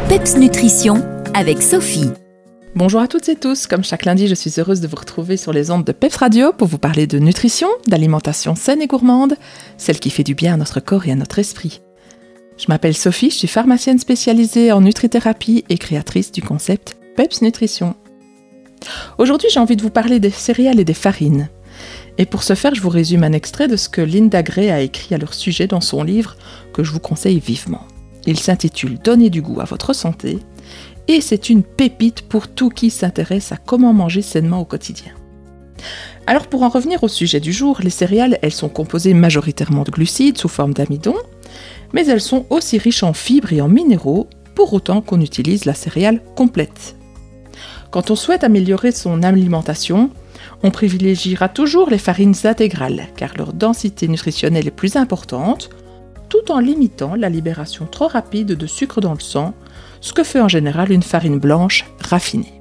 PEPS Nutrition avec Sophie. Bonjour à toutes et tous, comme chaque lundi, je suis heureuse de vous retrouver sur les ondes de PEPS Radio pour vous parler de nutrition, d'alimentation saine et gourmande, celle qui fait du bien à notre corps et à notre esprit. Je m'appelle Sophie, je suis pharmacienne spécialisée en nutrithérapie et créatrice du concept PEPS Nutrition. Aujourd'hui, j'ai envie de vous parler des céréales et des farines. Et pour ce faire, je vous résume un extrait de ce que Linda Gray a écrit à leur sujet dans son livre que je vous conseille vivement. Il s'intitule « Donner du goût à votre santé » et c'est une pépite pour tout qui s'intéresse à comment manger sainement au quotidien. Alors pour en revenir au sujet du jour, les céréales, elles sont composées majoritairement de glucides sous forme d'amidon, mais elles sont aussi riches en fibres et en minéraux, pour autant qu'on utilise la céréale complète. Quand on souhaite améliorer son alimentation, on privilégiera toujours les farines intégrales, car leur densité nutritionnelle est plus importante, tout en limitant la libération trop rapide de sucre dans le sang, ce que fait en général une farine blanche raffinée.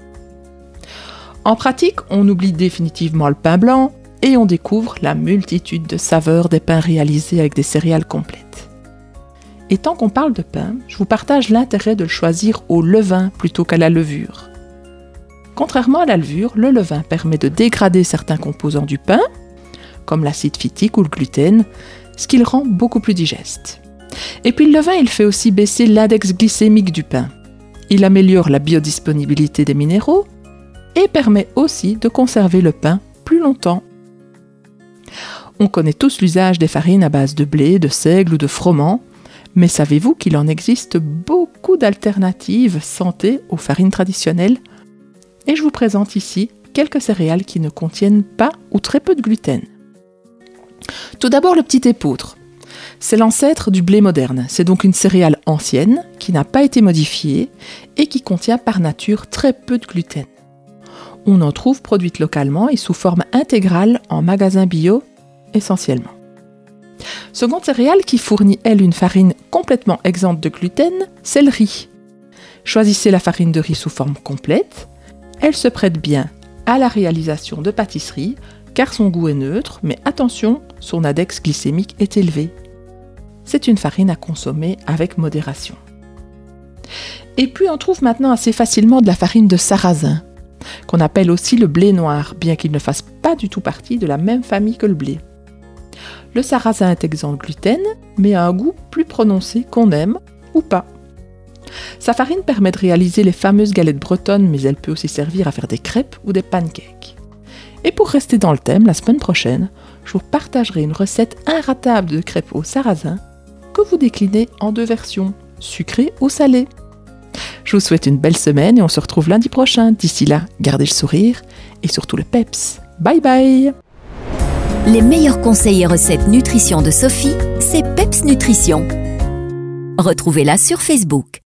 En pratique, on oublie définitivement le pain blanc et on découvre la multitude de saveurs des pains réalisés avec des céréales complètes. Et tant qu'on parle de pain, je vous partage l'intérêt de le choisir au levain plutôt qu'à la levure. Contrairement à la levure, le levain permet de dégrader certains composants du pain, comme l'acide phytique ou le gluten, ce qui le rend beaucoup plus digeste. Et puis le levain, il fait aussi baisser l'index glycémique du pain. Il améliore la biodisponibilité des minéraux et permet aussi de conserver le pain plus longtemps. On connaît tous l'usage des farines à base de blé, de seigle ou de froment, mais savez-vous qu'il en existe beaucoup d'alternatives santé aux farines traditionnelles ? Et je vous présente ici quelques céréales qui ne contiennent pas ou très peu de gluten. Tout d'abord le petit épeautre. C'est l'ancêtre du blé moderne. C'est donc une céréale ancienne qui n'a pas été modifiée et qui contient par nature très peu de gluten. On en trouve produite localement et sous forme intégrale en magasin bio essentiellement. Seconde céréale qui fournit elle une farine complètement exempte de gluten, c'est le riz. Choisissez la farine de riz sous forme complète. Elle se prête bien à la réalisation de pâtisseries car son goût est neutre, mais attention, son index glycémique est élevé. C'est une farine à consommer avec modération. Et puis on trouve maintenant assez facilement de la farine de sarrasin, qu'on appelle aussi le blé noir, bien qu'il ne fasse pas du tout partie de la même famille que le blé. Le sarrasin est exempt de gluten, mais a un goût plus prononcé qu'on aime ou pas. Sa farine permet de réaliser les fameuses galettes bretonnes, mais elle peut aussi servir à faire des crêpes ou des pancakes. Et pour rester dans le thème, la semaine prochaine, je vous partagerai une recette inratable de crêpes au sarrasin que vous déclinez en 2 versions, sucrée ou salée. Je vous souhaite une belle semaine et on se retrouve lundi prochain. D'ici là, gardez le sourire et surtout le peps. Bye bye! Les meilleurs conseils et recettes nutrition de Sophie, c'est PEPS Nutrition. Retrouvez-la sur Facebook.